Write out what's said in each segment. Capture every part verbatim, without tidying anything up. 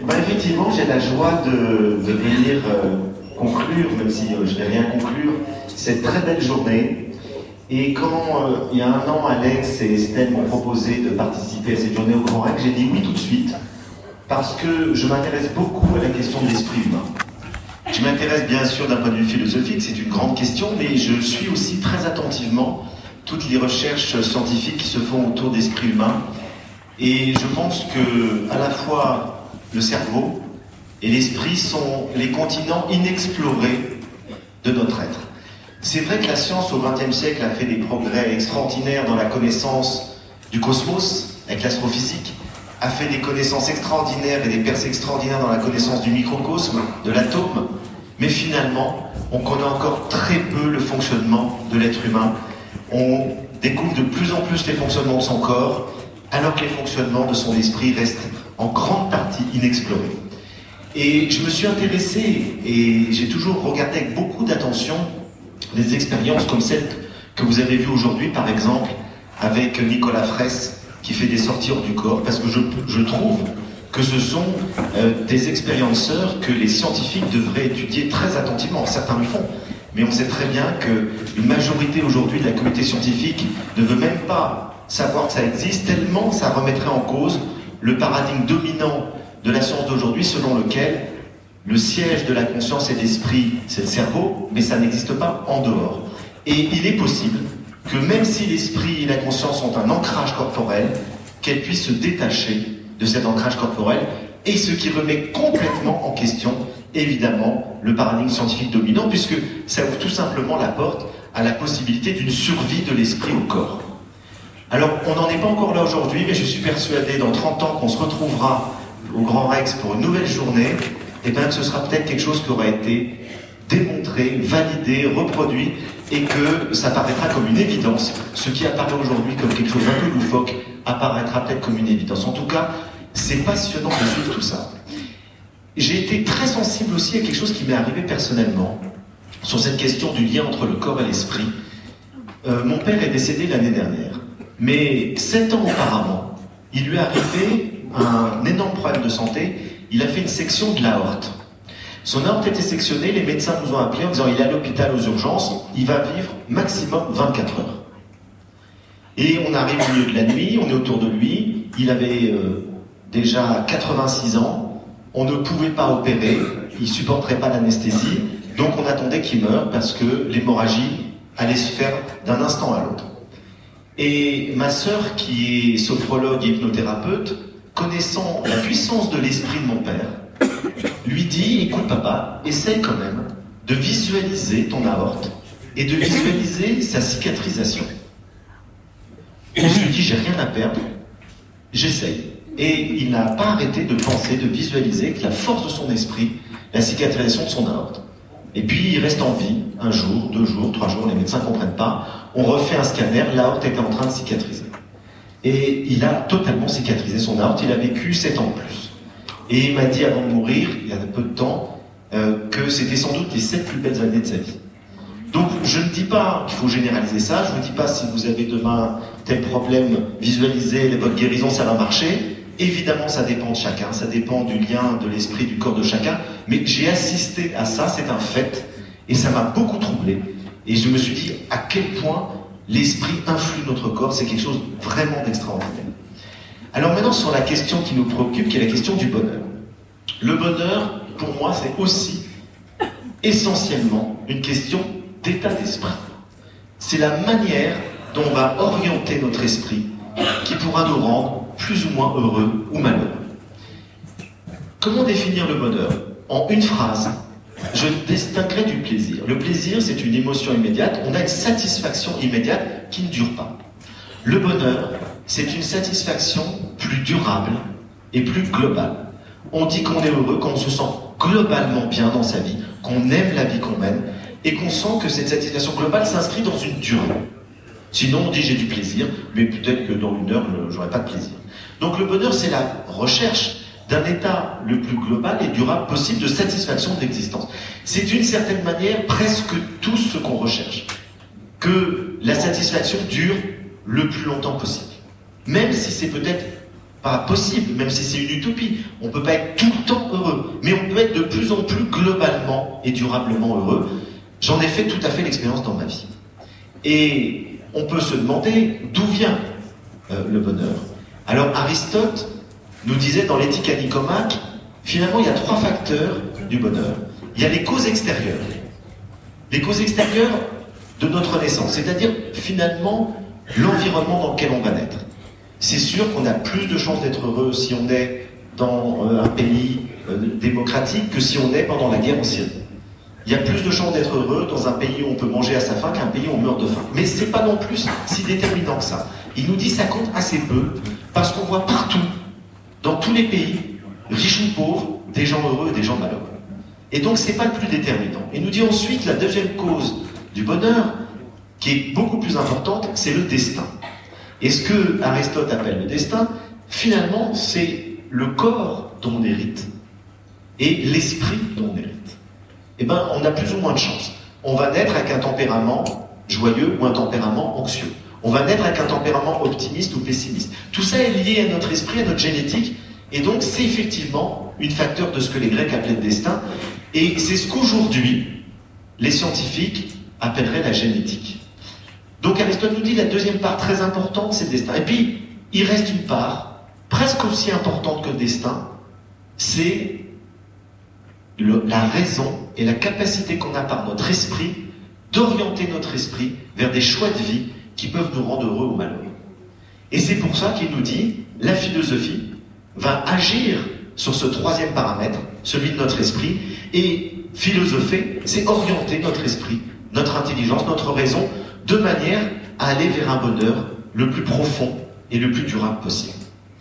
Ben, effectivement, j'ai la joie de, de venir euh, conclure, même si euh, je ne vais rien conclure, cette très belle journée. Et quand, euh, il y a un an, Alex et Estelle m'ont proposé de participer à cette journée au Grand Rex, j'ai dit oui tout de suite, parce que je m'intéresse beaucoup à la question de l'esprit humain. Je m'intéresse bien sûr d'un point de vue philosophique, c'est une grande question, mais je suis aussi très attentivement toutes les recherches scientifiques qui se font autour de l'esprit humain. Et je pense que, à la fois, le cerveau et l'esprit sont les continents inexplorés de notre être. C'est vrai que la science au vingtième siècle a fait des progrès extraordinaires dans la connaissance du cosmos, avec l'astrophysique, a fait des connaissances extraordinaires et des percées extraordinaires dans la connaissance du microcosme, de l'atome, mais finalement, on connaît encore très peu le fonctionnement de l'être humain. On découvre de plus en plus les fonctionnements de son corps, alors que les fonctionnements de son esprit restent en grande partie inexplorés. Et je me suis intéressé, et j'ai toujours regardé avec beaucoup d'attention des expériences comme celle que vous avez vues aujourd'hui, par exemple, avec Nicolas Fraisse, qui fait des sorties hors du corps, parce que je, je trouve que ce sont euh, des expérienceurs que les scientifiques devraient étudier très attentivement. Certains le font, mais on sait très bien qu'une majorité aujourd'hui de la communauté scientifique ne veut même pas savoir que ça existe, tellement ça remettrait en cause le paradigme dominant de la science d'aujourd'hui, selon lequel le siège de la conscience et de l'esprit, c'est le cerveau, mais ça n'existe pas en dehors. Et il est possible que même si l'esprit et la conscience ont un ancrage corporel, qu'elles puissent se détacher de cet ancrage corporel, et ce qui remet complètement en question, évidemment, le paradigme scientifique dominant, puisque ça ouvre tout simplement la porte à la possibilité d'une survie de l'esprit au corps. Alors, on n'en est pas encore là aujourd'hui, mais je suis persuadé, dans trente ans, qu'on se retrouvera au Grand Rex pour une nouvelle journée, et bien que ce sera peut-être quelque chose qui aura été démontré, validé, reproduit, et que ça paraîtra comme une évidence. Ce qui apparaît aujourd'hui comme quelque chose d'un peu loufoque apparaîtra peut-être comme une évidence. En tout cas, c'est passionnant de suivre tout ça. J'ai été très sensible aussi à quelque chose qui m'est arrivé personnellement, sur cette question du lien entre le corps et l'esprit. Euh, mon père est décédé l'année dernière, mais sept ans auparavant, il lui est arrivé un énorme problème de santé. Il a fait une section de l'aorte. Son aorte était sectionnée, les médecins nous ont appelés en disant il est à l'hôpital aux urgences, il va vivre maximum vingt-quatre heures. Et on arrive au milieu de la nuit, on est autour de lui, il avait euh, déjà quatre-vingt-six ans, on ne pouvait pas opérer, il ne supporterait pas l'anesthésie, donc on attendait qu'il meure parce que l'hémorragie allait se faire d'un instant à l'autre. Et ma sœur, qui est sophrologue et hypnothérapeute, connaissant la puissance de l'esprit de mon père, lui dit, écoute papa, essaye quand même de visualiser ton aorte et de visualiser sa cicatrisation. Et je lui dis, j'ai rien à perdre, j'essaye. Et il n'a pas arrêté de penser, de visualiser que la force de son esprit, la cicatrisation de son aorte. Et puis il reste en vie, un jour, deux jours, trois jours, les médecins ne comprennent pas, on refait un scanner, l'aorte était en train de cicatriser. Et il a totalement cicatrisé son aorte, il a vécu sept ans de plus. Et il m'a dit avant de mourir, il y a peu de temps, euh, que c'était sans doute les sept plus belles années de sa vie. Donc je ne dis pas qu'il faut généraliser ça, je ne vous dis pas si vous avez demain tel problème, visualisez votre guérison, ça va marcher. Évidemment ça dépend de chacun, ça dépend du lien de l'esprit, du corps de chacun, mais j'ai assisté à ça, c'est un fait, et ça m'a beaucoup troublé. Et je me suis dit à quel point l'esprit influe notre corps, c'est quelque chose vraiment d'extraordinaire. Alors maintenant sur la question qui nous préoccupe, qui est la question du bonheur. Le bonheur, pour moi, c'est aussi essentiellement une question d'état d'esprit. C'est la manière dont on va orienter notre esprit qui pourra nous rendre plus ou moins heureux ou malheureux. Comment définir le bonheur? En une phrase, je distinguerai du plaisir. Le plaisir, c'est une émotion immédiate, on a une satisfaction immédiate qui ne dure pas. Le bonheur, c'est une satisfaction plus durable et plus globale. On dit qu'on est heureux quand on se sent globalement bien dans sa vie, qu'on aime la vie qu'on mène, et qu'on sent que cette satisfaction globale s'inscrit dans une durée. Sinon, on dit j'ai du plaisir, mais peut-être que dans une heure, j'aurai pas de plaisir. Donc le bonheur, c'est la recherche d'un état le plus global et durable possible de satisfaction de l'existence. C'est d'une certaine manière presque tout ce qu'on recherche. Que la satisfaction dure le plus longtemps possible. Même si c'est peut-être pas possible, même si c'est une utopie. On ne peut pas être tout le temps heureux, mais on peut être de plus en plus globalement et durablement heureux. J'en ai fait tout à fait l'expérience dans ma vie. Et on peut se demander d'où vient euh, le bonheur. Alors Aristote nous disait dans l'Éthique à Nicomaque, finalement il y a trois facteurs du bonheur. Il y a les causes extérieures. Les causes extérieures de notre naissance, c'est-à-dire finalement l'environnement dans lequel on va naître. C'est sûr qu'on a plus de chances d'être heureux si on est dans euh, un pays euh, démocratique que si on est pendant la guerre en Syrie. Il y a plus de chances d'être heureux dans un pays où on peut manger à sa faim qu'un pays où on meurt de faim. Mais c'est pas non plus si déterminant que ça. Il nous dit que ça compte assez peu, parce qu'on voit partout, dans tous les pays, riches ou pauvres, des gens heureux et des gens malheureux. Et donc c'est pas le plus déterminant. Il nous dit ensuite la deuxième cause du bonheur, qui est beaucoup plus importante, c'est le destin. Et ce que Aristote appelle le destin, finalement, c'est le corps dont on hérite et l'esprit dont on hérite. Eh bien, on a plus ou moins de chance. On va naître avec un tempérament joyeux ou un tempérament anxieux. On va naître avec un tempérament optimiste ou pessimiste. Tout ça est lié à notre esprit, à notre génétique, et donc c'est effectivement une facteur de ce que les Grecs appelaient le destin, et c'est ce qu'aujourd'hui les scientifiques appelleraient la génétique. Donc Aristote nous dit la deuxième part très importante, c'est le destin. Et puis, il reste une part presque aussi importante que le destin, c'est le, la raison et la capacité qu'on a par notre esprit d'orienter notre esprit vers des choix de vie qui peuvent nous rendre heureux ou malheureux. Et c'est pour ça qu'il nous dit, la philosophie va agir sur ce troisième paramètre, celui de notre esprit, et philosopher, c'est orienter notre esprit, notre intelligence, notre raison, de manière à aller vers un bonheur le plus profond et le plus durable possible.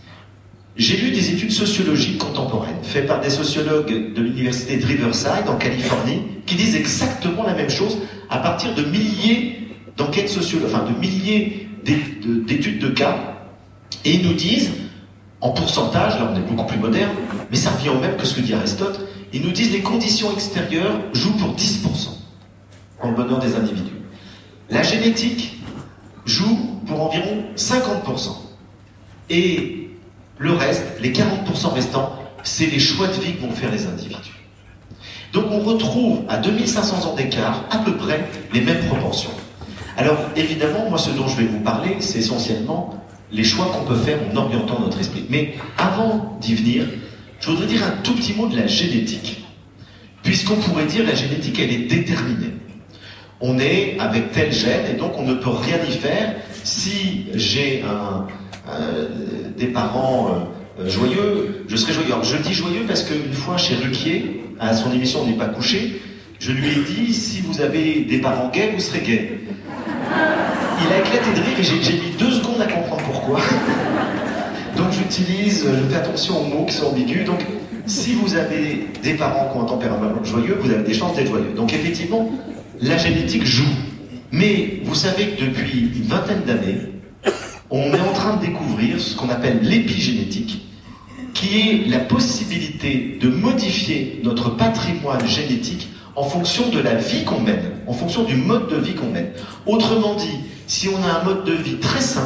J'ai lu des études sociologiques contemporaines faites par des sociologues de l'université de Riverside en Californie qui disent exactement la même chose à partir de milliers d'enquêtes sociologiques, enfin de milliers d'études de cas, et ils nous disent, en pourcentage, là on est beaucoup plus moderne, mais ça revient au même que ce que dit Aristote, ils nous disent les conditions extérieures jouent pour dix pour cent dans le bonheur des individus. La génétique joue pour environ cinquante pour cent. Et le reste, les quarante pour cent restants, c'est les choix de vie que vont faire les individus. Donc on retrouve à deux mille cinq cents ans d'écart à peu près les mêmes proportions. Alors évidemment, moi ce dont je vais vous parler, c'est essentiellement les choix qu'on peut faire en orientant notre esprit. Mais avant d'y venir, je voudrais dire un tout petit mot de la génétique. Puisqu'on pourrait dire que la génétique, elle est déterminée. On est avec tel gène et donc on ne peut rien y faire. Si j'ai un, euh, des parents euh, joyeux, je serai joyeux. Alors je dis joyeux parce qu'une fois chez Ruquier, à son émission On n'est pas couché, je lui ai dit si vous avez des parents gays, vous serez gay. Il a éclaté de rire et j'ai, j'ai mis deux secondes à comprendre pourquoi. Donc j'utilise, je fais attention aux mots qui sont ambigus. Donc si vous avez des parents qui ont un tempérament joyeux, vous avez des chances d'être joyeux. Donc effectivement, la génétique joue. Mais vous savez que depuis une vingtaine d'années, on est en train de découvrir ce qu'on appelle l'épigénétique, qui est la possibilité de modifier notre patrimoine génétique en fonction de la vie qu'on mène, en fonction du mode de vie qu'on mène. Autrement dit, si on a un mode de vie très sain,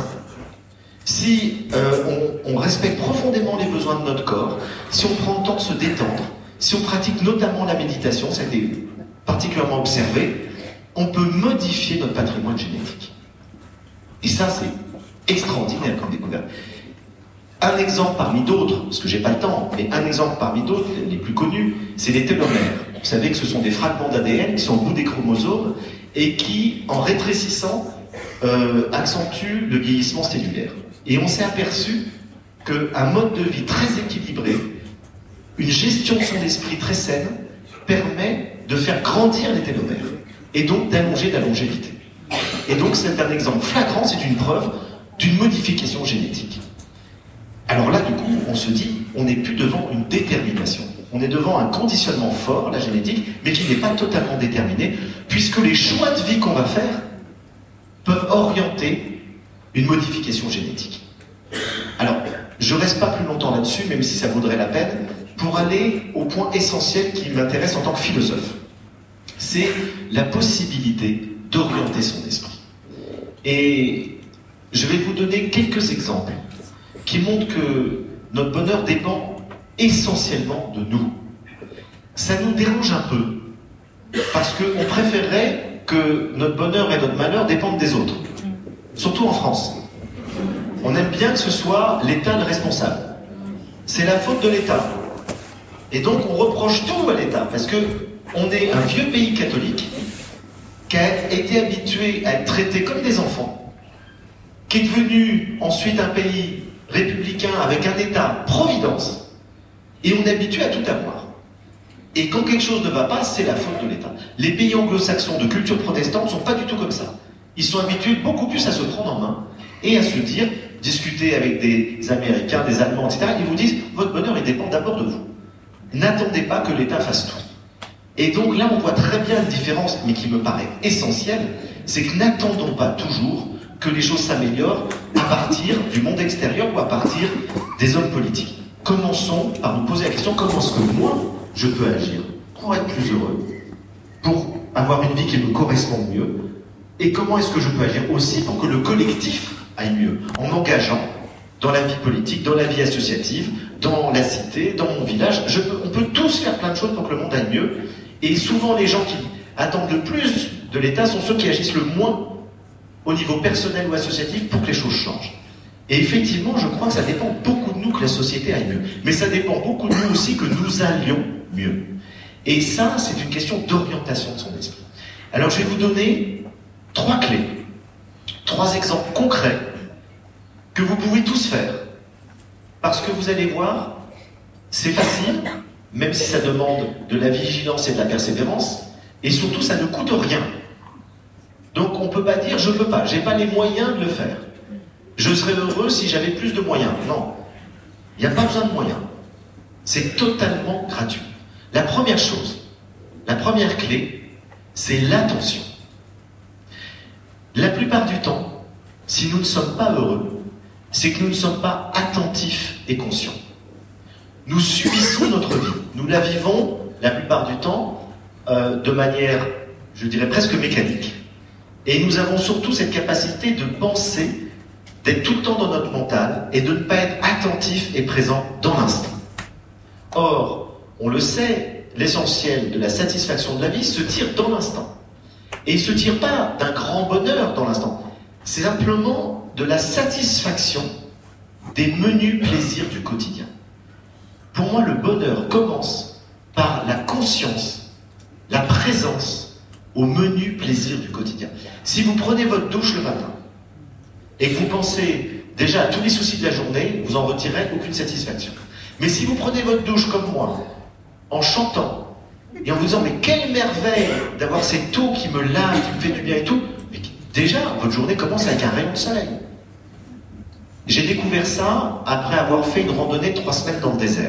si euh, on, on respecte profondément les besoins de notre corps, si on prend le temps de se détendre, si on pratique notamment la méditation, ça a été particulièrement observé, on peut modifier notre patrimoine génétique. Et ça, c'est extraordinaire comme découverte. Un exemple parmi d'autres, parce que j'ai pas le temps, mais un exemple parmi d'autres, les plus connus, c'est les télomères. Vous savez que ce sont des fragments d'A D N qui sont au bout des chromosomes et qui, en rétrécissant, euh, accentuent le vieillissement cellulaire. Et on s'est aperçu qu'un mode de vie très équilibré, une gestion de son esprit très saine, permet de faire grandir les télomères et donc d'allonger la longévité. Et donc c'est un exemple flagrant, c'est une preuve d'une modification génétique. Alors là, du coup, on se dit, on n'est plus devant une détermination. On est devant un conditionnement fort, la génétique, mais qui n'est pas totalement déterminé, puisque les choix de vie qu'on va faire peuvent orienter une modification génétique. Alors, je ne reste pas plus longtemps là-dessus, même si ça vaudrait la peine, pour aller au point essentiel qui m'intéresse en tant que philosophe. C'est la possibilité d'orienter son esprit. Et je vais vous donner quelques exemples qui montre que notre bonheur dépend essentiellement de nous. Ça nous dérange un peu, parce qu'on préférerait que notre bonheur et notre malheur dépendent des autres, surtout en France. On aime bien que ce soit l'État le responsable. C'est la faute de l'État. Et donc on reproche tout à l'État, parce que on est un vieux pays catholique qui a été habitué à être traité comme des enfants, qui est devenu ensuite un pays républicain avec un État-providence, et on est habitué à tout avoir. Et quand quelque chose ne va pas, c'est la faute de l'État. Les pays anglo-saxons de culture protestante ne sont pas du tout comme ça. Ils sont habitués beaucoup plus à se prendre en main et à se dire, discuter avec des Américains, des Allemands, et cetera. Ils vous disent, votre bonheur, il dépend d'abord de vous. N'attendez pas que l'État fasse tout. Et donc là, on voit très bien une différence, mais qui me paraît essentielle, c'est que n'attendons pas toujours que les choses s'améliorent à partir du monde extérieur ou à partir des hommes politiques. Commençons par nous poser la question, comment est-ce que moi, je peux agir pour être plus heureux, pour avoir une vie qui me corresponde mieux, et comment est-ce que je peux agir aussi pour que le collectif aille mieux, en m'engageant dans la vie politique, dans la vie associative, dans la cité, dans mon village. Je peux, on peut tous faire plein de choses pour que le monde aille mieux, et souvent les gens qui attendent le plus de l'État sont ceux qui agissent le moins au niveau personnel ou associatif pour que les choses changent. Et effectivement, je crois que ça dépend beaucoup de nous que la société aille mieux. Mais ça dépend beaucoup de nous aussi que nous allions mieux. Et ça, c'est une question d'orientation de son esprit. Alors, je vais vous donner trois clés, trois exemples concrets que vous pouvez tous faire. Parce que vous allez voir, c'est facile, même si ça demande de la vigilance et de la persévérance, et surtout, ça ne coûte rien. Donc, on ne peut pas dire « je ne peux pas, je n'ai pas les moyens de le faire ». Je serais heureux si j'avais plus de moyens. Non, il n'y a pas besoin de moyens. C'est totalement gratuit. La première chose, la première clé, c'est l'attention. La plupart du temps, si nous ne sommes pas heureux, c'est que nous ne sommes pas attentifs et conscients. Nous subissons notre vie. Nous la vivons, la plupart du temps, euh, de manière, je dirais, presque mécanique. Et nous avons surtout cette capacité de penser, d'être tout le temps dans notre mental et de ne pas être attentif et présent dans l'instant. Or, on le sait, l'essentiel de la satisfaction de la vie se tire dans l'instant. Et il ne se tire pas d'un grand bonheur dans l'instant. C'est simplement de la satisfaction des menus plaisirs du quotidien. Pour moi, le bonheur commence par la conscience, la présence au menu plaisir du quotidien. Si vous prenez votre douche le matin, et que vous pensez déjà à tous les soucis de la journée, vous en retirez aucune satisfaction. Mais si vous prenez votre douche comme moi, en chantant, et en vous disant, mais quelle merveille d'avoir cette eau qui me lave, qui me fait du bien et tout, mais déjà, votre journée commence avec un rayon de soleil. J'ai découvert ça après avoir fait une randonnée de trois semaines dans le désert.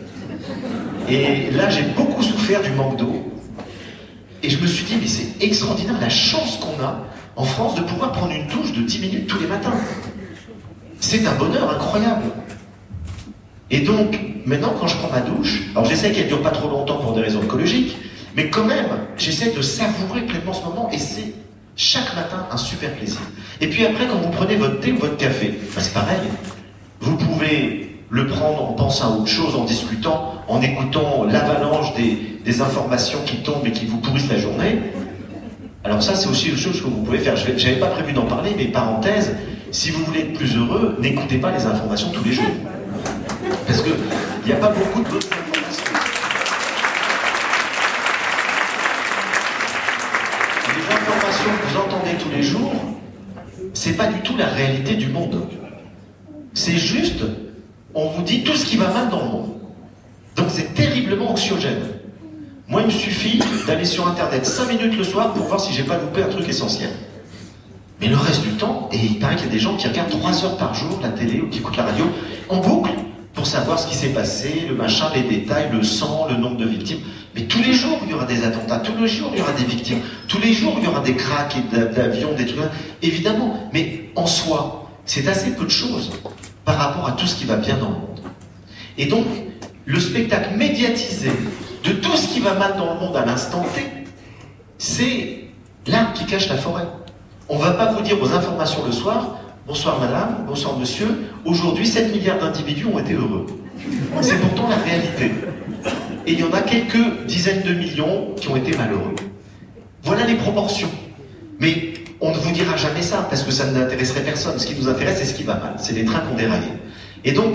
Et là, j'ai beaucoup souffert du manque d'eau. Et je me suis dit, mais c'est extraordinaire la chance qu'on a en France de pouvoir prendre une douche de dix minutes tous les matins. C'est un bonheur incroyable. Et donc, maintenant, quand je prends ma douche, alors j'essaie qu'elle ne dure pas trop longtemps pour des raisons écologiques, mais quand même, j'essaie de savourer pleinement ce moment, et c'est chaque matin un super plaisir. Et puis après, quand vous prenez votre thé ou votre café, ben c'est pareil. Vous pouvez le prendre en pensant à autre chose, en discutant, en écoutant l'avalanche des, des informations qui tombent et qui vous pourrissent la journée. Alors ça, c'est aussi une chose que vous pouvez faire. Je n'avais pas prévu d'en parler, mais parenthèse, si vous voulez être plus heureux, n'écoutez pas les informations tous les jours. Parce qu'il n'y a pas beaucoup de bonnes informations. Les informations que vous entendez tous les jours, c'est pas du tout la réalité du monde. C'est juste, on vous dit tout ce qui va mal dans le monde. Donc c'est terriblement anxiogène. Moi, il me suffit d'aller sur Internet cinq minutes le soir pour voir si j'ai pas loupé un truc essentiel. Mais le reste du temps, et il paraît qu'il y a des gens qui regardent trois heures par jour la télé ou qui écoutent la radio en boucle pour savoir ce qui s'est passé, le machin, les détails, le sang, le nombre de victimes. Mais tous les jours, il y aura des attentats, tous les jours, il y aura des victimes, tous les jours, il y aura des cracks d'avions, des trucs, évidemment. Mais en soi, c'est assez peu de choses par rapport à tout ce qui va bien dans le monde. Et donc, le spectacle médiatisé de tout ce qui va mal dans le monde à l'instant T, c'est l'arbre qui cache la forêt. On ne va pas vous dire aux informations le soir, bonsoir madame, bonsoir monsieur, aujourd'hui sept milliards d'individus ont été heureux. C'est pourtant la réalité. Et il y en a quelques dizaines de millions qui ont été malheureux. Voilà les proportions. Mais on ne vous dira jamais ça, parce que ça n'intéresserait personne. Ce qui nous intéresse, c'est ce qui va mal. C'est les trains qu'on déraille. Et donc,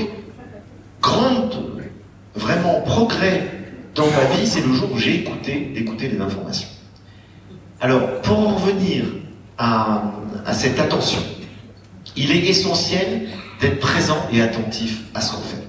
grand, vraiment, progrès dans ma vie, c'est le jour où j'ai écouté, écouté les informations. Alors, pour en revenir à, à cette attention, il est essentiel d'être présent et attentif à ce qu'on fait.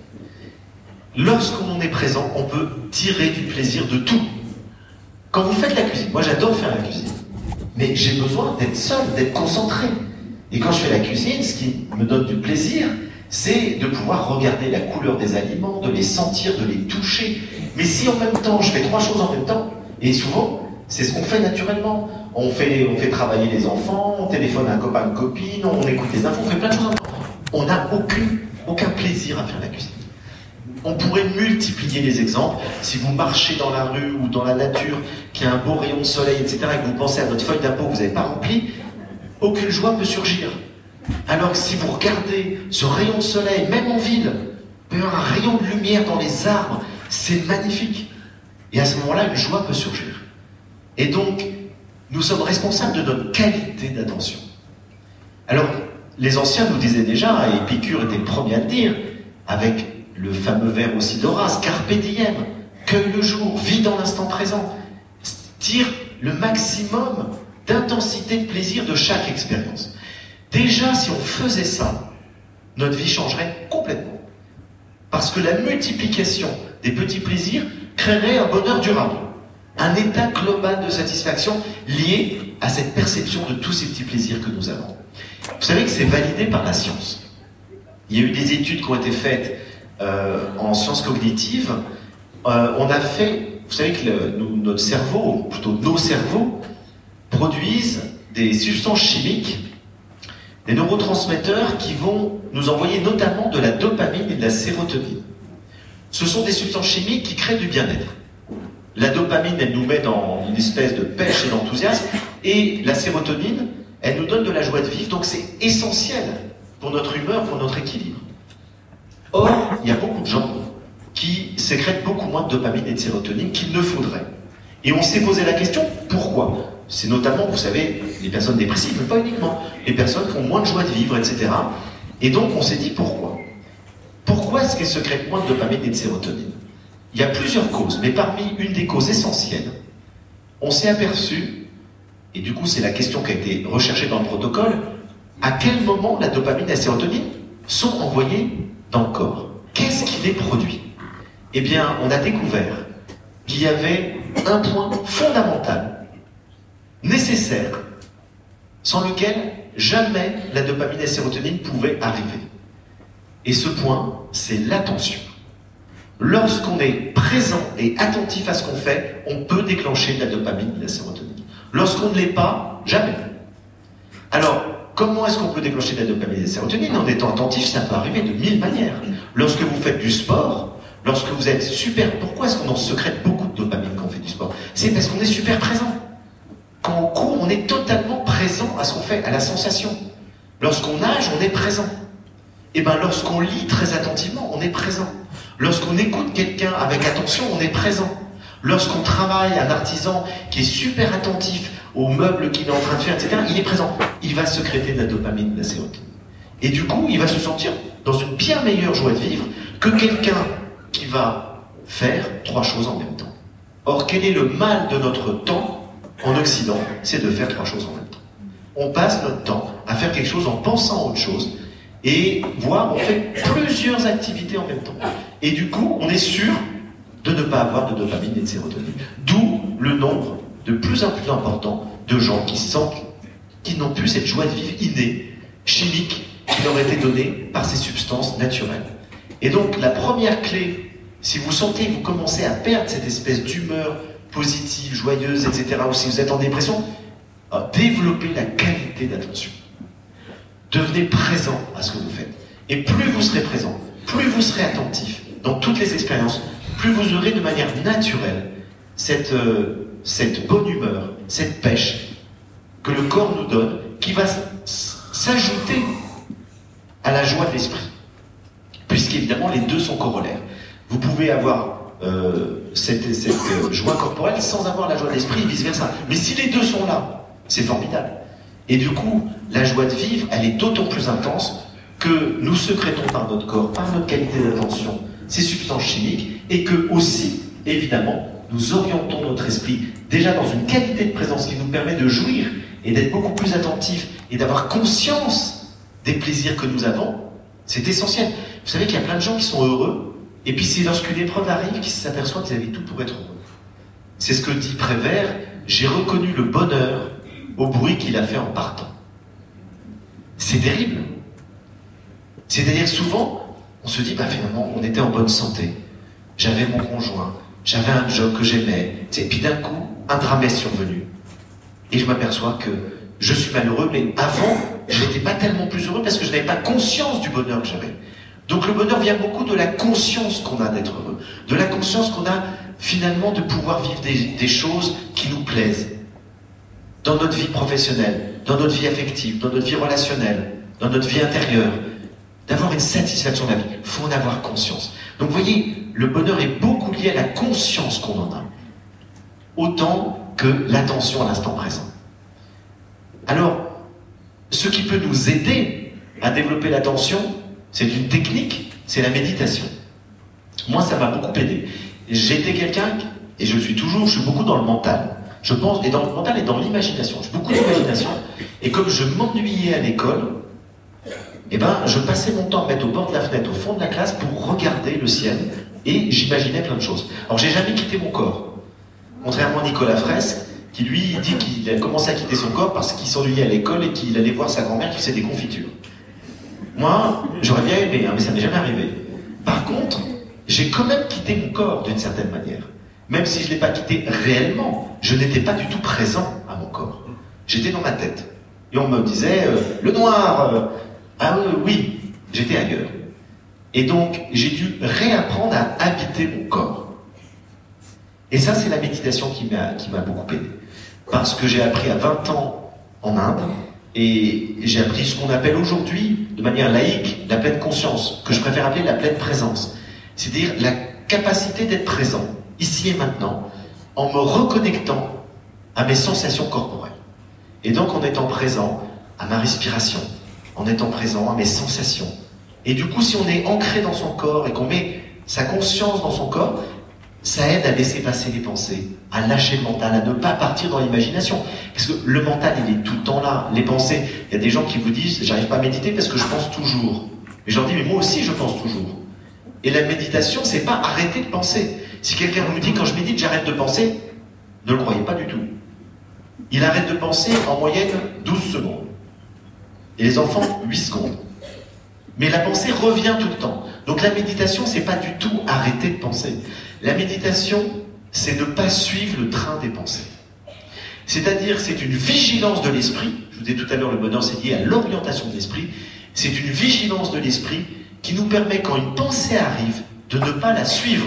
Lorsqu'on est présent, on peut tirer du plaisir de tout. Quand vous faites la cuisine, moi j'adore faire la cuisine, mais j'ai besoin d'être seul, d'être concentré. Et quand je fais la cuisine, ce qui me donne du plaisir, c'est de pouvoir regarder la couleur des aliments, de les sentir, de les toucher. Mais si en même temps, je fais trois choses en même temps, et souvent, c'est ce qu'on fait naturellement. On fait, on fait travailler les enfants, on téléphone à un copain, une copine, on écoute les infos, on fait plein de choses en même temps. On n'a aucun, aucun plaisir à faire la cuisine. On pourrait multiplier les exemples. Si vous marchez dans la rue ou dans la nature, qu'il y a un beau rayon de soleil, et cetera, et que vous pensez à votre feuille d'impôt que vous n'avez pas remplie, aucune joie peut surgir. Alors que si vous regardez ce rayon de soleil, même en ville, il y a un rayon de lumière dans les arbres, c'est magnifique. Et à ce moment-là, une joie peut surgir. Et donc, nous sommes responsables de notre qualité d'attention. Alors, les anciens nous disaient déjà, et Épicure était le premier à le dire, avec le fameux vers aussi d'Horace, carpe diem, cueille le jour, vis dans l'instant présent, tire le maximum d'intensité de plaisir de chaque expérience. Déjà, si on faisait ça, notre vie changerait complètement. Parce que la multiplication des petits plaisirs créerait un bonheur durable, un état global de satisfaction lié à cette perception de tous ces petits plaisirs que nous avons. Vous savez que c'est validé par la science. Il y a eu des études qui ont été faites euh, en sciences cognitives. Euh, on a fait, vous savez que le, nous, notre cerveau, ou plutôt nos cerveaux, produisent des substances chimiques, des neurotransmetteurs qui vont nous envoyer notamment de la dopamine et de la sérotonine. Ce sont des substances chimiques qui créent du bien-être. La dopamine, elle nous met dans une espèce de pêche et d'enthousiasme, et la sérotonine, elle nous donne de la joie de vivre, donc c'est essentiel pour notre humeur, pour notre équilibre. Or, il y a beaucoup de gens qui sécrètent beaucoup moins de dopamine et de sérotonine qu'il ne faudrait. Et on s'est posé la question, pourquoi ? C'est notamment, vous savez, les personnes dépressives, mais pas uniquement, les personnes qui ont moins de joie de vivre, et cetera. Et donc on s'est dit pourquoi ? Pourquoi est-ce qu'elles sécrètent moins de dopamine et de sérotonine ? Il y a plusieurs causes, mais parmi une des causes essentielles, on s'est aperçu, et du coup c'est la question qui a été recherchée dans le protocole, à quel moment la dopamine et la sérotonine sont envoyées dans le corps ? Qu'est-ce qui les produit ? Eh bien, on a découvert qu'il y avait un point fondamental, nécessaire, sans lequel jamais la dopamine et la sérotonine pouvaient arriver. Et ce point, c'est l'attention. Lorsqu'on est présent et attentif à ce qu'on fait, on peut déclencher de la dopamine et de la sérotonine. Lorsqu'on ne l'est pas, jamais. Alors, comment est-ce qu'on peut déclencher de la dopamine et de la sérotonine ? En étant attentif, ça peut arriver de mille manières. Lorsque vous faites du sport, lorsque vous êtes super... Pourquoi est-ce qu'on en sécrète beaucoup de dopamine quand on fait du sport ? C'est parce qu'on est super présent. Quand on court, on est totalement présent à ce qu'on fait, à la sensation. Lorsqu'on nage, on est présent. Et bien lorsqu'on lit très attentivement, on est présent. Lorsqu'on écoute quelqu'un avec attention, on est présent. Lorsqu'on travaille, un artisan qui est super attentif aux meubles qu'il est en train de faire, et cetera, il est présent. Il va sécréter de la dopamine, de la sérotonine. Et du coup, il va se sentir dans une bien meilleure joie de vivre que quelqu'un qui va faire trois choses en même temps. Or, quel est le mal de notre temps en Occident ? C'est de faire trois choses en même temps. On passe notre temps à faire quelque chose en pensant à autre chose, et voire on fait plusieurs activités en même temps. Et du coup, on est sûr de ne pas avoir de dopamine et de sérotonine. D'où le nombre de plus en plus important de gens qui sentent qu'ils n'ont plus cette joie de vivre innée, chimique, qui leur a été donnée par ces substances naturelles. Et donc, la première clé, si vous sentez que vous commencez à perdre cette espèce d'humeur positive, joyeuse, et cetera, ou si vous êtes en dépression, développez la qualité d'attention. Devenez présent à ce que vous faites. Et plus vous serez présent, plus vous serez attentif dans toutes les expériences, plus vous aurez de manière naturelle cette, euh, cette bonne humeur, cette pêche que le corps nous donne, qui va s'ajouter à la joie de l'esprit. Puisqu'évidemment, les deux sont corollaires. Vous pouvez avoir euh, cette, cette euh, joie corporelle sans avoir la joie de l'esprit et vice-versa. Mais si les deux sont là, c'est formidable. Et du coup, la joie de vivre, elle est d'autant plus intense que nous sécrétons par notre corps, par notre qualité d'attention, ces substances chimiques, et que aussi, évidemment, nous orientons notre esprit déjà dans une qualité de présence qui nous permet de jouir et d'être beaucoup plus attentifs et d'avoir conscience des plaisirs que nous avons. C'est essentiel. Vous savez qu'il y a plein de gens qui sont heureux, et puis c'est lorsqu'une épreuve arrive qu'ils s'aperçoivent qu'ils avaient tout pour être heureux. C'est ce que dit Prévert, j'ai reconnu le bonheur au bruit qu'il a fait en partant. C'est terrible. C'est-à-dire souvent, on se dit, bah finalement, on était en bonne santé. J'avais mon conjoint, j'avais un job que j'aimais, et puis d'un coup, un drame est survenu. Et je m'aperçois que je suis malheureux, mais avant, je n'étais pas tellement plus heureux parce que je n'avais pas conscience du bonheur que j'avais. Donc le bonheur vient beaucoup de la conscience qu'on a d'être heureux, de la conscience qu'on a finalement de pouvoir vivre des, des choses qui nous plaisent. Dans notre vie professionnelle, dans notre vie affective, dans notre vie relationnelle, dans notre vie intérieure, d'avoir une satisfaction de la vie. Il faut en avoir conscience. Donc vous voyez, le bonheur est beaucoup lié à la conscience qu'on en a, autant que l'attention à l'instant présent. Alors, ce qui peut nous aider à développer l'attention, c'est une technique, c'est la méditation. Moi, ça m'a beaucoup aidé. J'étais quelqu'un, et je le suis toujours, je suis beaucoup dans le mental. Je pense, et dans le mental et dans l'imagination. J'ai beaucoup d'imagination. Et comme je m'ennuyais à l'école, eh ben, je passais mon temps à mettre au bord de la fenêtre, au fond de la classe, pour regarder le ciel, et j'imaginais plein de choses. Alors, j'ai jamais quitté mon corps. Contrairement à Nicolas Fraisse, qui lui dit qu'il a commencé à quitter son corps parce qu'il s'ennuyait à l'école et qu'il allait voir sa grand-mère qui faisait des confitures. Moi, j'aurais bien aimé, hein, mais ça m'est jamais arrivé. Par contre, j'ai quand même quitté mon corps d'une certaine manière. Même si je ne l'ai pas quitté réellement, je n'étais pas du tout présent à mon corps. J'étais dans ma tête. Et on me disait, euh, le noir, euh, ah euh, oui, j'étais ailleurs. Et donc, j'ai dû réapprendre à habiter mon corps. Et ça, c'est la méditation qui m'a, qui m'a beaucoup aidé. Parce que j'ai appris à vingt ans en Inde, et j'ai appris ce qu'on appelle aujourd'hui, de manière laïque, la pleine conscience, que je préfère appeler la pleine présence. C'est-à-dire la capacité d'être présent, ici et maintenant, en me reconnectant à mes sensations corporelles. Et donc en étant présent à ma respiration, en étant présent à mes sensations. Et du coup, si on est ancré dans son corps et qu'on met sa conscience dans son corps, ça aide à laisser passer les pensées, à lâcher le mental, à ne pas partir dans l'imagination. Parce que le mental, il est tout le temps là. Les pensées, il y a des gens qui vous disent « j'arrive pas à méditer parce que je pense toujours ». Et je leur dis « mais moi aussi, je pense toujours ». Et la méditation, c'est pas arrêter de penser. Si quelqu'un vous dit « quand je médite, j'arrête de penser », ne le croyez pas du tout. Il arrête de penser en moyenne douze secondes. Et les enfants, huit secondes. Mais la pensée revient tout le temps. Donc la méditation, c'est pas du tout arrêter de penser. La méditation, c'est ne pas suivre le train des pensées. C'est-à-dire, c'est une vigilance de l'esprit. Je vous disais tout à l'heure, le bonheur, c'est lié à l'orientation de l'esprit. C'est une vigilance de l'esprit qui nous permet, quand une pensée arrive, de ne pas la suivre.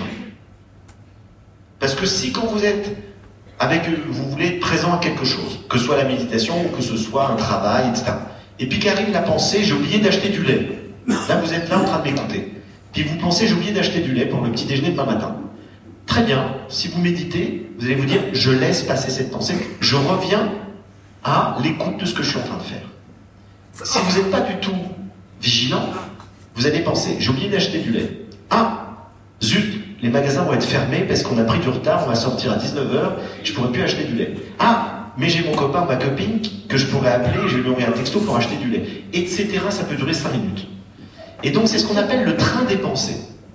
Parce que si, quand vous êtes avec, vous voulez être présent à quelque chose, que ce soit la méditation ou que ce soit un travail, et cetera. Et puis qu'arrive la pensée, j'ai oublié d'acheter du lait. Là, vous êtes là en train de m'écouter. Puis vous pensez, j'ai oublié d'acheter du lait pour le petit déjeuner demain matin. Très bien, si vous méditez, vous allez vous dire, je laisse passer cette pensée, je reviens à l'écoute de ce que je suis en train de faire. Si vous n'êtes pas du tout vigilant, vous allez penser, j'ai oublié d'acheter du lait. Ah, zut, les magasins vont être fermés parce qu'on a pris du retard, on va sortir à dix-neuf heures, je ne pourrai plus acheter du lait. Ah, mais j'ai mon copain, ma copine, que je pourrais appeler, je vais lui envoyer un texto pour acheter du lait. Etc. Ça peut durer cinq minutes. Et donc c'est ce qu'on appelle le train des pensées.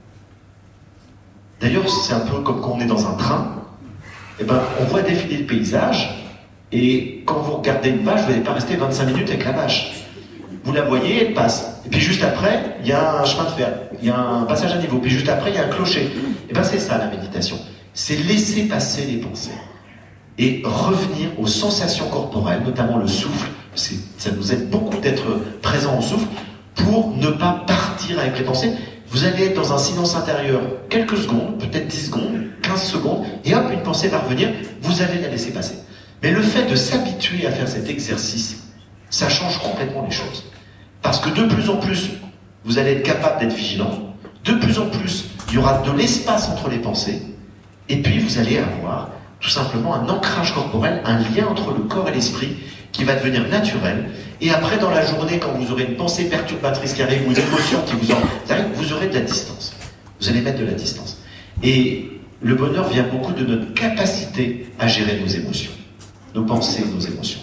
D'ailleurs, c'est un peu comme quand on est dans un train, et ben, on voit défiler le paysage, et quand vous regardez une vache, vous n'allez pas rester vingt-cinq minutes avec la vache. Vous la voyez, elle passe. Et puis juste après, il y a un chemin de fer, il y a un passage à niveau, puis juste après, il y a un clocher. Et bien c'est ça la méditation. C'est laisser passer les pensées. Et revenir aux sensations corporelles, notamment le souffle. C'est, ça nous aide beaucoup d'être présent au souffle, pour ne pas partir avec les pensées. Vous allez être dans un silence intérieur quelques secondes, peut-être dix secondes, quinze secondes, et hop, une pensée va revenir, vous allez la laisser passer. Mais le fait de s'habituer à faire cet exercice, ça change complètement les choses. Parce que de plus en plus, vous allez être capable d'être vigilant. De plus en plus, il y aura de l'espace entre les pensées. Et puis, vous allez avoir tout simplement un ancrage corporel, un lien entre le corps et l'esprit qui va devenir naturel. Et après, dans la journée, quand vous aurez une pensée perturbatrice qui arrive ou une émotion qui vous en arrive, vous aurez de la distance. Vous allez mettre de la distance. Et le bonheur vient beaucoup de notre capacité à gérer nos émotions, nos pensées, nos émotions.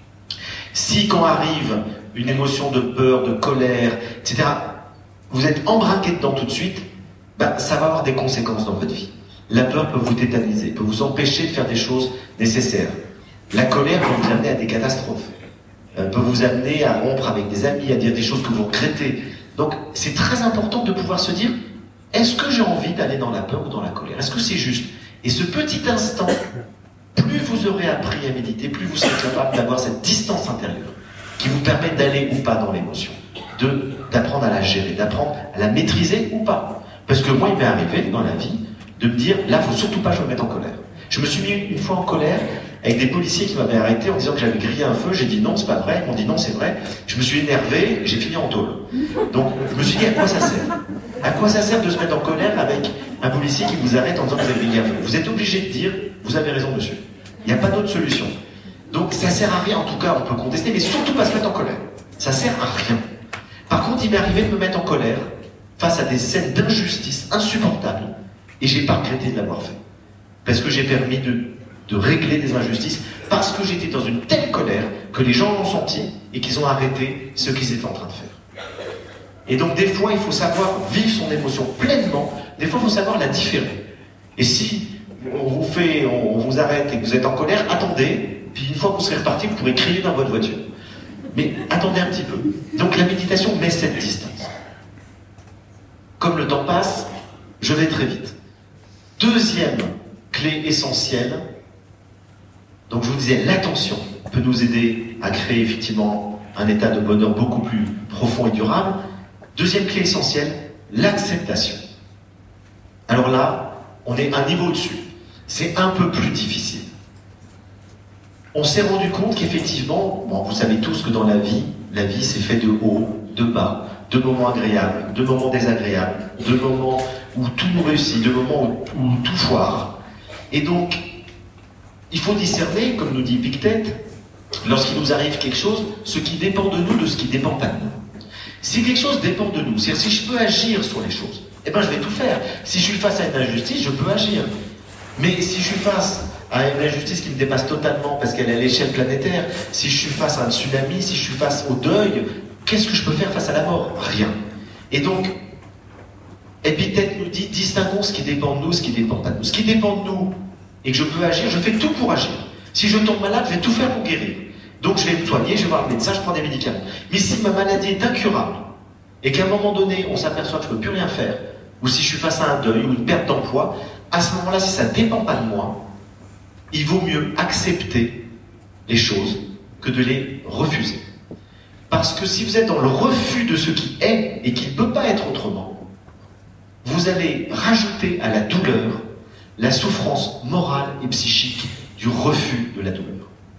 Si quand arrive une émotion de peur, de colère, et cetera, vous êtes embraqué dedans tout de suite, ben, ça va avoir des conséquences dans votre vie. La peur peut vous tétaniser, peut vous empêcher de faire des choses nécessaires. La colère peut vous amener à des catastrophes, euh, peut vous amener à rompre avec des amis, à dire des choses que vous regrettez. Donc c'est très important de pouvoir se dire, est-ce que j'ai envie d'aller dans la peur ou dans la colère? Est-ce que c'est juste? Et ce petit instant, plus vous aurez appris à méditer, plus vous serez capable d'avoir cette distance intérieure qui vous permet d'aller ou pas dans l'émotion, de, d'apprendre à la gérer, d'apprendre à la maîtriser ou pas. Parce que moi, il m'est arrivé dans la vie de me dire, là, il ne faut surtout pas que je me mette en colère. Je me suis mis une fois en colère avec des policiers qui m'avaient arrêté en disant que j'avais grillé un feu. J'ai dit non, c'est pas vrai. Ils m'ont dit non, c'est vrai. Je me suis énervé, j'ai fini en tôle. Donc, je me suis dit, à quoi ça sert? À quoi ça sert de se mettre en colère avec un policier qui vous arrête en disant que vous avez grillé un feu? Vous êtes obligé de dire, vous avez raison, monsieur. Il n'y a pas d'autre solution. Donc, ça sert à rien. En tout cas, on peut contester, mais surtout pas se mettre en colère. Ça sert à rien. Par contre, il m'est arrivé de me mettre en colère face à des scènes d'injustice insupportables, et j'ai pas regretté de l'avoir fait. Parce que j'ai permis de, de régler des injustices, parce que j'étais dans une telle colère que les gens l'ont senti et qu'ils ont arrêté ce qu'ils étaient en train de faire. Et donc des fois, il faut savoir vivre son émotion pleinement, des fois, il faut savoir la différer. Et si on vous fait, on vous arrête et que vous êtes en colère, attendez, puis une fois que vous serez reparti, vous pourrez crier dans votre voiture. Mais attendez un petit peu. Donc la méditation met cette distance. Comme le temps passe, je vais très vite. Deuxième clé essentielle, donc je vous disais, l'attention peut nous aider à créer effectivement un état de bonheur beaucoup plus profond et durable. Deuxième clé essentielle, l'acceptation. Alors là, on est un niveau au-dessus. C'est un peu plus difficile. On s'est rendu compte qu'effectivement, bon, vous savez tous que dans la vie, la vie c'est fait de haut, de bas, de moments agréables, de moments désagréables, de moments où tout nous réussit, de moments où, où tout foire. Et donc, il faut discerner, comme nous dit Épictète, lorsqu'il nous arrive quelque chose, ce qui dépend de nous de ce qui ne dépend pas de nous. Si quelque chose dépend de nous, c'est-à-dire si je peux agir sur les choses, eh ben je vais tout faire. Si je suis face à une injustice, je peux agir. Mais si je suis face à une injustice qui me dépasse totalement parce qu'elle est à l'échelle planétaire, si je suis face à un tsunami, si je suis face au deuil, qu'est-ce que je peux faire face à la mort? Rien. Et donc, Épictète nous dit, distinguons ce qui dépend de nous, ce qui ne dépend pas de nous. Ce qui dépend de nous et que je peux agir, je fais tout pour agir. Si je tombe malade, je vais tout faire pour guérir. Donc je vais me soigner, je vais voir le médecin, je prends des médicaments. Mais si ma maladie est incurable et qu'à un moment donné, on s'aperçoit que je ne peux plus rien faire, ou si je suis face à un deuil ou une perte d'emploi, à ce moment-là, si ça ne dépend pas de moi, il vaut mieux accepter les choses que de les refuser. Parce que si vous êtes dans le refus de ce qui est et qui ne peut pas être autrement, vous allez rajouter à la douleur la souffrance morale et psychique du refus de la douleur.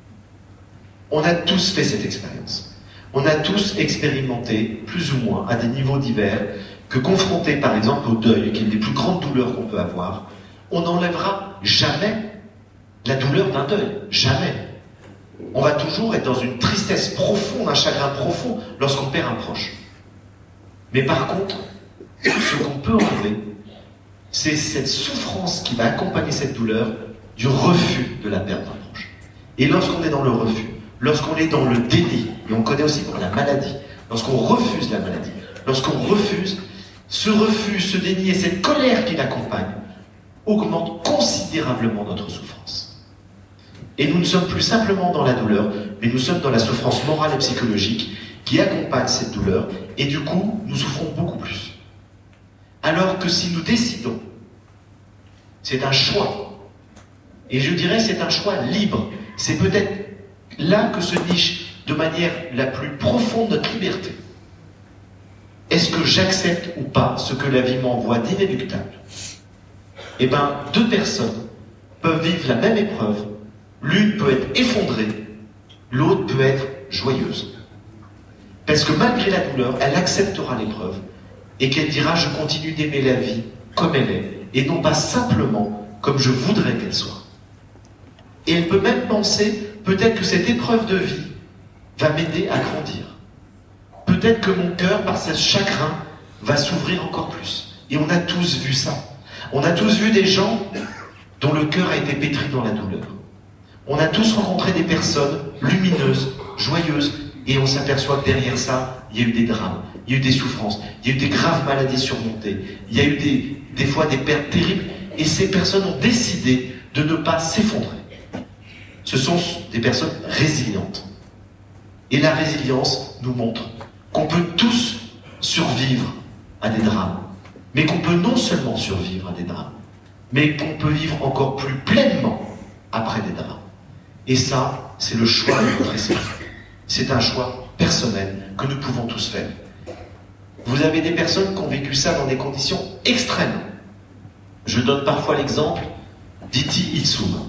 On a tous fait cette expérience. On a tous expérimenté, plus ou moins, à des niveaux divers, que confronté par exemple au deuil, qui est une des plus grandes douleurs qu'on peut avoir, on n'enlèvera jamais la douleur d'un deuil. Jamais. On va toujours être dans une tristesse profonde, un chagrin profond lorsqu'on perd un proche. Mais par contre, ce qu'on peut enlever, c'est cette souffrance qui va accompagner cette douleur du refus de la perte d'un proche. Et lorsqu'on est dans le refus, lorsqu'on est dans le déni, et on connaît aussi pour la maladie, lorsqu'on refuse la maladie, lorsqu'on refuse, ce refus, ce déni et cette colère qui l'accompagne augmentent considérablement notre souffrance. Et nous ne sommes plus simplement dans la douleur, mais nous sommes dans la souffrance morale et psychologique qui accompagne cette douleur, et du coup, nous souffrons beaucoup plus. Alors que si nous décidons, c'est un choix, et je dirais c'est un choix libre, c'est peut-être là que se niche de manière la plus profonde notre liberté. Est-ce que j'accepte ou pas ce que la vie m'envoie d'inéluctable? Eh bien, deux personnes peuvent vivre la même épreuve. L'une peut être effondrée, l'autre peut être joyeuse. Parce que malgré la douleur, elle acceptera l'épreuve et qu'elle dira « je continue d'aimer la vie comme elle est, et non pas simplement comme je voudrais qu'elle soit ». Et elle peut même penser, peut-être que cette épreuve de vie va m'aider à grandir. Peut-être que mon cœur, par ce chagrin, va s'ouvrir encore plus. Et on a tous vu ça. On a tous vu des gens dont le cœur a été pétri dans la douleur. On a tous rencontré des personnes lumineuses, joyeuses, et on s'aperçoit que derrière ça, il y a eu des drames, il y a eu des souffrances, il y a eu des graves maladies surmontées, il y a eu des, des fois des pertes terribles, et ces personnes ont décidé de ne pas s'effondrer. Ce sont des personnes résilientes. Et la résilience nous montre qu'on peut tous survivre à des drames, mais qu'on peut non seulement survivre à des drames, mais qu'on peut vivre encore plus pleinement après des drames. Et ça, c'est le choix de notre esprit. C'est un choix personnel que nous pouvons tous faire. Vous avez des personnes qui ont vécu ça dans des conditions extrêmes. Je donne parfois l'exemple d'Iti Itsum.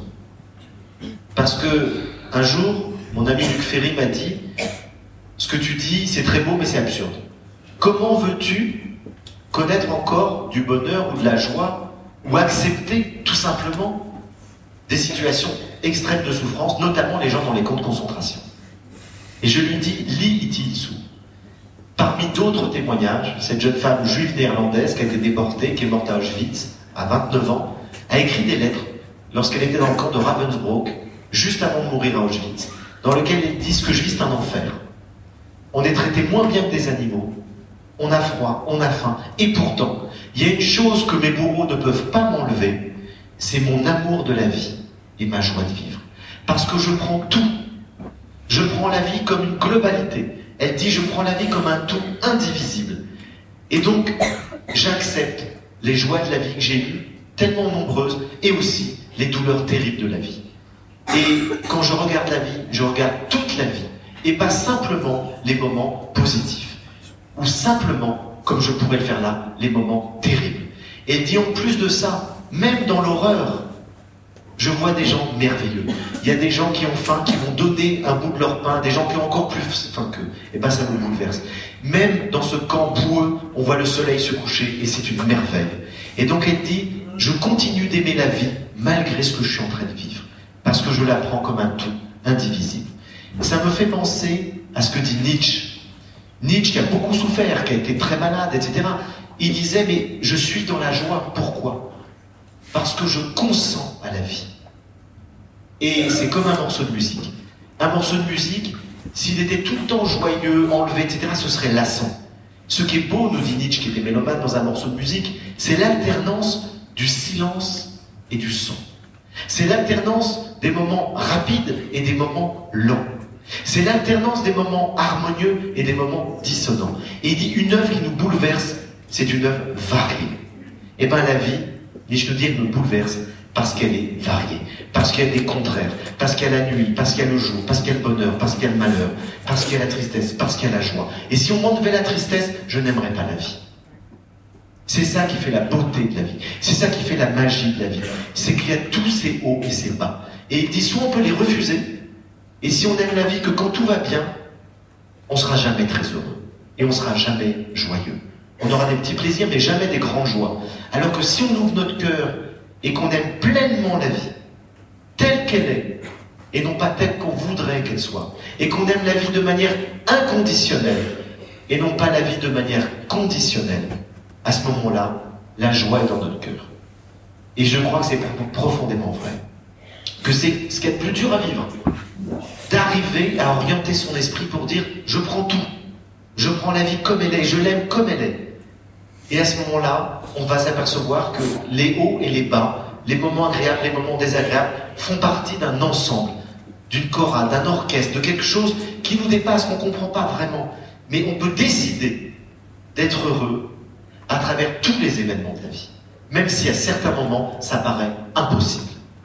Parce que un jour, mon ami Luc Ferry m'a dit « Ce que tu dis, c'est très beau, mais c'est absurde. Comment veux-tu connaître encore du bonheur ou de la joie ou accepter tout simplement des situations extrêmes de souffrance, notamment les gens dans les camps de concentration ?» Et je lui dis, lis Iti Itsum. Parmi d'autres témoignages, cette jeune femme juive néerlandaise qui a été déportée, qui est morte à Auschwitz, à vingt-neuf ans, a écrit des lettres lorsqu'elle était dans le camp de Ravensbrück, juste avant de mourir à Auschwitz, dans lesquelles elle dit ce que je vis, c'est un enfer. On est traité moins bien que des animaux, on a froid, on a faim, et pourtant, il y a une chose que mes bourreaux ne peuvent pas m'enlever, c'est mon amour de la vie et ma joie de vivre. Parce que je prends tout. Je prends la vie comme une globalité. Elle dit, je prends la vie comme un tout indivisible. Et donc, j'accepte les joies de la vie que j'ai eues, tellement nombreuses, et aussi les douleurs terribles de la vie. Et quand je regarde la vie, je regarde toute la vie, et pas simplement les moments positifs, ou simplement, comme je pourrais le faire là, les moments terribles. Et elle dit en plus de ça, même dans l'horreur, je vois des gens merveilleux. Il y a des gens qui ont faim, qui vont donner un bout de leur pain, des gens qui ont encore plus faim qu'eux. Et bien ça me bouleverse. Même dans ce camp boueux, on voit le soleil se coucher et c'est une merveille. Et donc elle dit, je continue d'aimer la vie malgré ce que je suis en train de vivre. Parce que je la prends comme un tout, indivisible. Ça me fait penser à ce que dit Nietzsche. Nietzsche qui a beaucoup souffert, qui a été très malade, et cetera. Il disait, mais je suis dans la joie. Pourquoi ? Parce que je consens à la vie. Et c'est comme un morceau de musique. Un morceau de musique, s'il était tout le temps joyeux, enlevé, et cetera, ce serait lassant. Ce qui est beau, nous dit Nietzsche, qui était mélomane dans un morceau de musique, c'est l'alternance du silence et du son. C'est l'alternance des moments rapides et des moments lents. C'est l'alternance des moments harmonieux et des moments dissonants. Et il dit, une œuvre qui nous bouleverse, c'est une œuvre variée. Et bien la vie, Nietzsche nous dit, elle nous bouleverse parce qu'elle est variée, parce qu'il y a des contraires, parce qu'il y a la nuit, parce qu'il y a le jour, parce qu'il y a le bonheur, parce qu'il y a le malheur, parce qu'il y a la tristesse, parce qu'il y a la joie. Et si on m'enlevait la tristesse, je n'aimerais pas la vie. C'est ça qui fait la beauté de la vie. C'est ça qui fait la magie de la vie. C'est qu'il y a tous ces hauts et ces bas. Et il dit, soit on peut les refuser, et si on aime la vie que quand tout va bien, on ne sera jamais très heureux. Et on ne sera jamais joyeux. On aura des petits plaisirs, mais jamais des grandes joies. Alors que si on ouvre notre cœur et qu'on aime pleinement la vie, telle qu'elle est, et non pas telle qu'on voudrait qu'elle soit, et qu'on aime la vie de manière inconditionnelle, et non pas la vie de manière conditionnelle, à ce moment-là, la joie est dans notre cœur. Et je crois que c'est profondément vrai. Que c'est ce qui est le plus dur à vivre. D'arriver à orienter son esprit pour dire, je prends tout. Je prends la vie comme elle est, je l'aime comme elle est. Et à ce moment-là, on va s'apercevoir que les hauts et les bas, les moments agréables, les moments désagréables, font partie d'un ensemble, d'une chorale, d'un orchestre, de quelque chose qui nous dépasse, qu'on ne comprend pas vraiment. Mais on peut décider d'être heureux à travers tous les événements de la vie. Même si à certains moments, ça paraît impossible.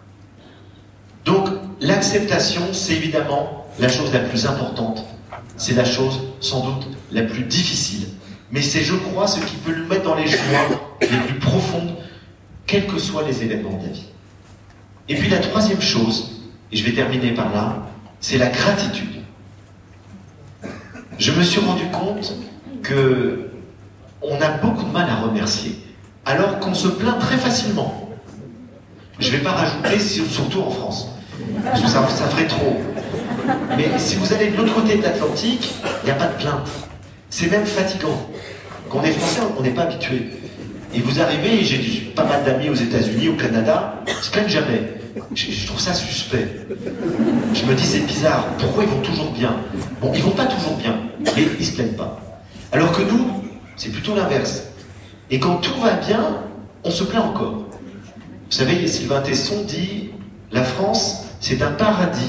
Donc, l'acceptation, c'est évidemment la chose la plus importante. C'est la chose, sans doute, la plus difficile. Mais c'est, je crois, ce qui peut nous mettre dans les joies les plus profondes, quels que soient les événements de la vie. Et puis la troisième chose, et je vais terminer par là, c'est la gratitude. Je me suis rendu compte que on a beaucoup de mal à remercier, alors qu'on se plaint très facilement. Je ne vais pas rajouter, surtout en France, parce que ça, ça ferait trop. Mais si vous allez de l'autre côté de l'Atlantique, il n'y a pas de plainte. C'est même fatigant. Quand on est français, on n'est pas habitué. Et vous arrivez, et j'ai pas mal d'amis aux États-Unis, au Canada, ils se plaignent jamais. Je, je trouve ça suspect. Je me dis, c'est bizarre. Pourquoi ils vont toujours bien? Bon, ils vont pas toujours bien, mais ils se plaignent pas. Alors que nous, c'est plutôt l'inverse. Et quand tout va bien, on se plaint encore. Vous savez, Sylvain Tesson dit « La France, c'est un paradis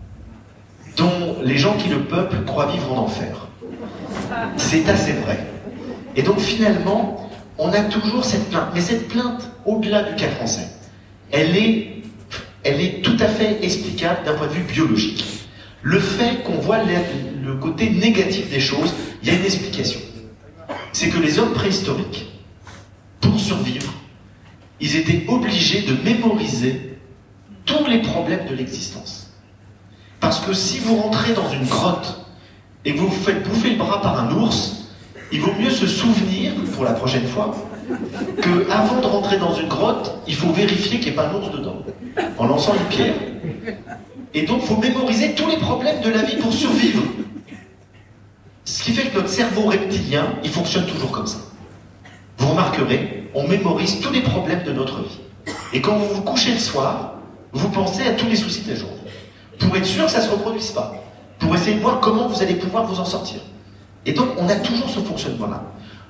dont les gens qui le peuplent croient vivre en enfer. » C'est assez vrai. Et donc finalement, on a toujours cette plainte. Mais cette plainte, au-delà du cas français, elle est, elle est tout à fait explicable d'un point de vue biologique. Le fait qu'on voit le, le côté négatif des choses, il y a une explication. C'est que les hommes préhistoriques, pour survivre, ils étaient obligés de mémoriser tous les problèmes de l'existence. Parce que si vous rentrez dans une grotte et que vous vous faites bouffer le bras par un ours, il vaut mieux se souvenir, pour la prochaine fois, qu'avant de rentrer dans une grotte, il faut vérifier qu'il n'y ait pas un ours dedans, en lançant une pierre. Et donc, il faut mémoriser tous les problèmes de la vie pour survivre. Ce qui fait que notre cerveau reptilien, il fonctionne toujours comme ça. Vous remarquerez, on mémorise tous les problèmes de notre vie. Et quand vous vous couchez le soir, vous pensez à tous les soucis de la journée. Pour être sûr que ça ne se reproduise pas. Pour essayer de voir comment vous allez pouvoir vous en sortir. Et donc, on a toujours ce fonctionnement-là.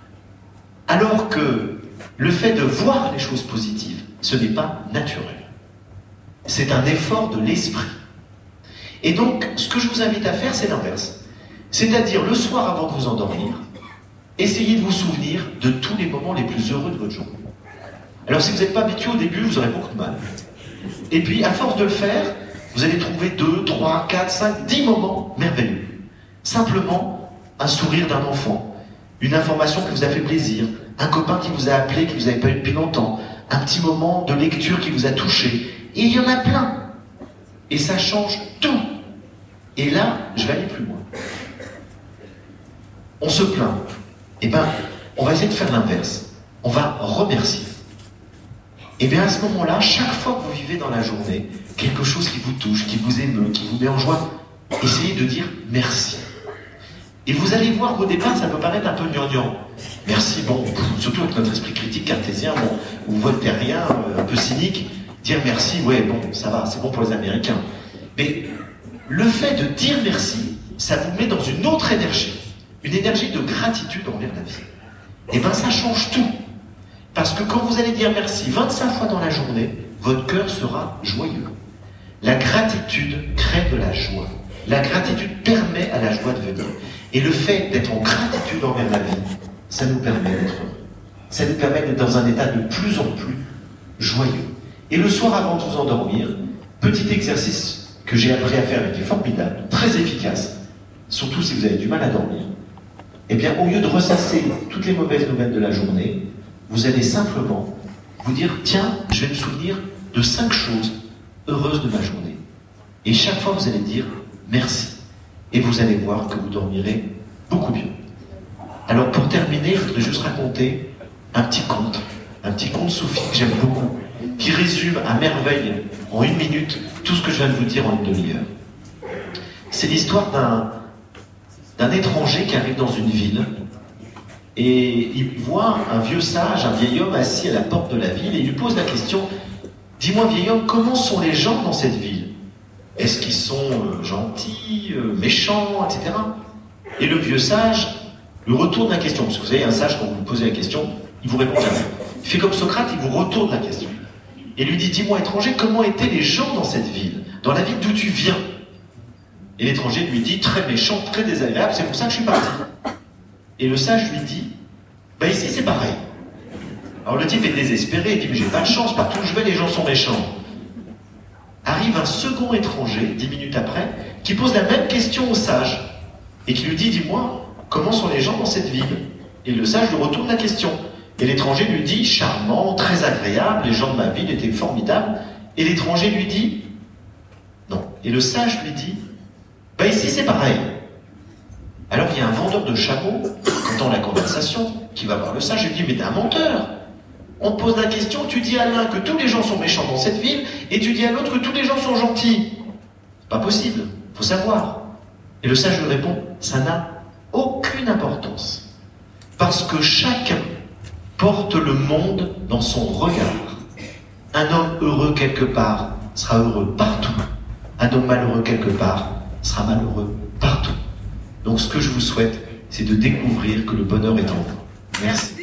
Alors que le fait de voir les choses positives, ce n'est pas naturel. C'est un effort de l'esprit. Et donc, ce que je vous invite à faire, c'est l'inverse. C'est-à-dire, le soir avant de vous endormir, essayez de vous souvenir de tous les moments les plus heureux de votre journée. Alors, si vous n'êtes pas habitué au début, vous aurez beaucoup de mal. Et puis, à force de le faire, vous allez trouver deux, trois, quatre, cinq, dix moments merveilleux. Simplement, un sourire d'un enfant, une information qui vous a fait plaisir, un copain qui vous a appelé, que vous n'avez pas eu depuis longtemps, un petit moment de lecture qui vous a touché. Et il y en a plein. Et ça change tout. Et là, je vais aller plus loin. On se plaint. Eh bien, on va essayer de faire l'inverse. On va remercier. Et bien à ce moment-là, chaque fois que vous vivez dans la journée, quelque chose qui vous touche, qui vous émeut, qui vous met en joie, essayez de dire merci. Et vous allez voir qu'au départ, ça peut paraître un peu gnangnan. Merci, bon, surtout avec notre esprit critique cartésien, bon, ou voltairien, un peu cynique, dire merci, ouais, bon, ça va, c'est bon pour les Américains. Mais le fait de dire merci, ça vous met dans une autre énergie, une énergie de gratitude envers la vie. Et bien ça change tout. Parce que quand vous allez dire merci vingt-cinq fois dans la journée, votre cœur sera joyeux. La gratitude crée de la joie. La gratitude permet à la joie de venir. Et le fait d'être en gratitude envers la vie, ça nous permet d'être heureux. Ça nous permet d'être dans un état de plus en plus joyeux. Et le soir avant de vous endormir, petit exercice que j'ai appris à faire et qui est formidable, très efficace, surtout si vous avez du mal à dormir, eh bien au lieu de ressasser toutes les mauvaises nouvelles de la journée, vous allez simplement vous dire, tiens, je vais me souvenir de cinq choses heureuses de ma journée. Et chaque fois, vous allez dire merci. Et vous allez voir que vous dormirez beaucoup mieux. Alors pour terminer, je voudrais juste raconter un petit conte, un petit conte soufi que j'aime beaucoup, qui résume à merveille, en une minute, tout ce que je viens de vous dire en une demi-heure. C'est l'histoire d'un, d'un étranger qui arrive dans une ville, et il voit un vieux sage, un vieil homme assis à la porte de la ville, et il lui pose la question, « Dis-moi, vieil homme, comment sont les gens dans cette ville ? Est-ce qu'ils sont euh, gentils, euh, méchants, et cetera » Et le vieux sage lui retourne la question, parce que vous savez, un sage, quand vous lui posez la question, il vous répond jamais. Il fait comme Socrate, il vous retourne la question. Et lui dit, « Dis-moi, étranger, comment étaient les gens dans cette ville, dans la ville d'où tu viens ?» Et l'étranger lui dit, « Très méchant, très désagréable, c'est pour ça que je suis parti. » Et le sage lui dit, bah ici c'est pareil. Alors le type est désespéré, il dit, mais j'ai pas de chance, partout où je vais les gens sont méchants. Arrive un second étranger, dix minutes après, qui pose la même question au sage, et qui lui dit, dis-moi, comment sont les gens dans cette ville ? Et le sage lui retourne la question. Et l'étranger lui dit, charmant, très agréable, les gens de ma ville étaient formidables. Et l'étranger lui dit, non. Et le sage lui dit, bah ici c'est pareil. Alors il y a un vendeur de chameaux, qui entend la conversation, qui va voir le sage et lui dit, mais t'es un menteur. On te pose la question, tu dis à l'un que tous les gens sont méchants dans cette ville, et tu dis à l'autre que tous les gens sont gentils. C'est pas possible, faut savoir. Et le sage lui répond, ça n'a aucune importance. Parce que chacun porte le monde dans son regard. Un homme heureux quelque part sera heureux partout. Un homme malheureux quelque part sera malheureux partout. Donc ce que je vous souhaite, c'est de découvrir que le bonheur est en vous. Merci.